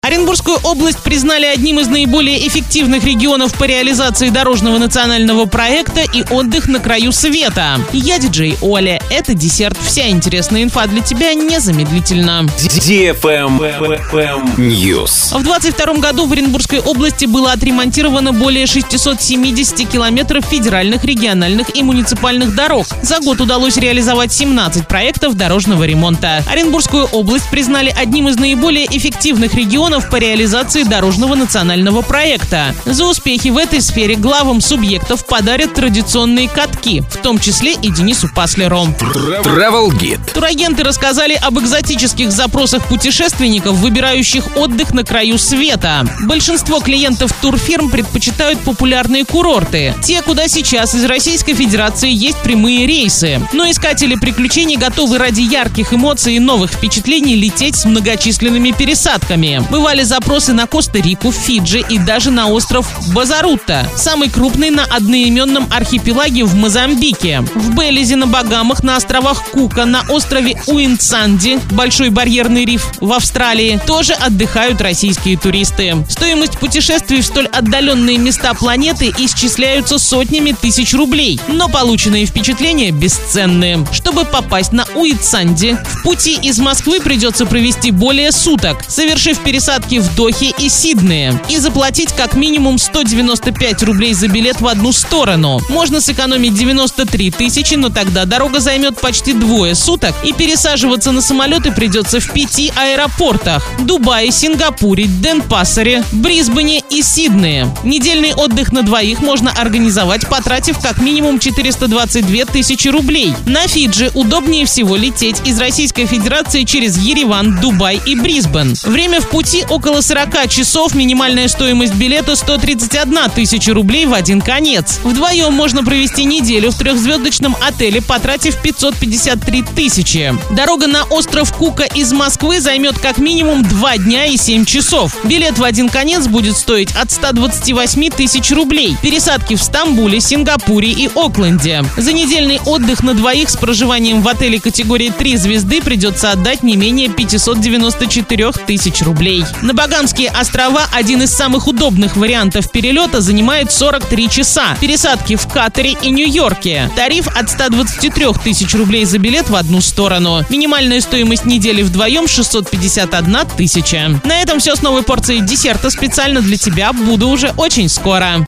Оренбургскую область признали одним из наиболее эффективных регионов по реализации дорожного национального проекта и отдых на краю света. Я диджей Оля. Это десерт. Вся интересная инфа для тебя незамедлительно. News. В 2022 году в Оренбургской области было отремонтировано более 670 километров федеральных, региональных и муниципальных дорог. За год удалось реализовать 17 проектов дорожного ремонта. Оренбургскую область признали одним из наиболее эффективных регионов по реализации дорожного национального проекта. За успехи в этой сфере главам субъектов подарят традиционные катки, в том числе и Денису Паслеру. Travel Guide. Турагенты рассказали об экзотических запросах путешественников, выбирающих отдых на краю света. Большинство клиентов турфирм предпочитают популярные курорты, те, куда сейчас из Российской Федерации есть прямые рейсы. Но искатели приключений готовы ради ярких эмоций и новых впечатлений лететь с многочисленными пересадками. Бывали запросы на Коста-Рику, Фиджи и даже на остров Базарута, самый крупный на одноименном архипелаге в Мозамбике. В Белизе на Багамах, на островах Кука, на острове Уинсанди, Большой барьерный риф в Австралии, тоже отдыхают российские туристы. Стоимость путешествий в столь отдаленные места планеты исчисляются сотнями тысяч рублей, но полученные впечатления бесценные. Чтобы попасть на Уинсанди, в пути из Москвы придется провести более суток, совершив пересадки в Дохе и Сиднее, и заплатить как минимум 195 рублей за билет в одну сторону. Можно сэкономить 93 тысячи, но тогда дорога займет почти 2 суток, и пересаживаться на самолеты придется в 5 аэропортах: Дубае, Сингапуре, Денпасаре, Брисбене и Сиднее. Недельный отдых на двоих можно организовать, потратив как минимум 422 тысячи рублей. На Фиджи удобнее всего лететь из Российской Федерации через Ереван, Дубай и Брисбен. Время в пути около 40 часов, минимальная стоимость билета 131 тысяча рублей в один конец. Вдвоем можно провести неделю в 3-звездочном отеле, потратив 553 тысячи. Дорога на остров Кука из Москвы займет как минимум 2 дня и 7 часов. Билет в один конец будет стоить от 128 тысяч рублей. Пересадки в Стамбуле, Сингапуре и Окленде. За недельный отдых на двоих с проживанием в отеле категории 3 звезды придется отдать не менее 594 тысяч рублей. На Багамские острова один из самых удобных вариантов перелета занимает 43 часа. Пересадки в Катаре и Нью-Йорке. Тариф от 123 тысяч рублей за билет в одну сторону. Минимальная стоимость недели вдвоем 651 тысяча. На этом все с новой порцией десерта специально для тебя. Буду уже очень скоро.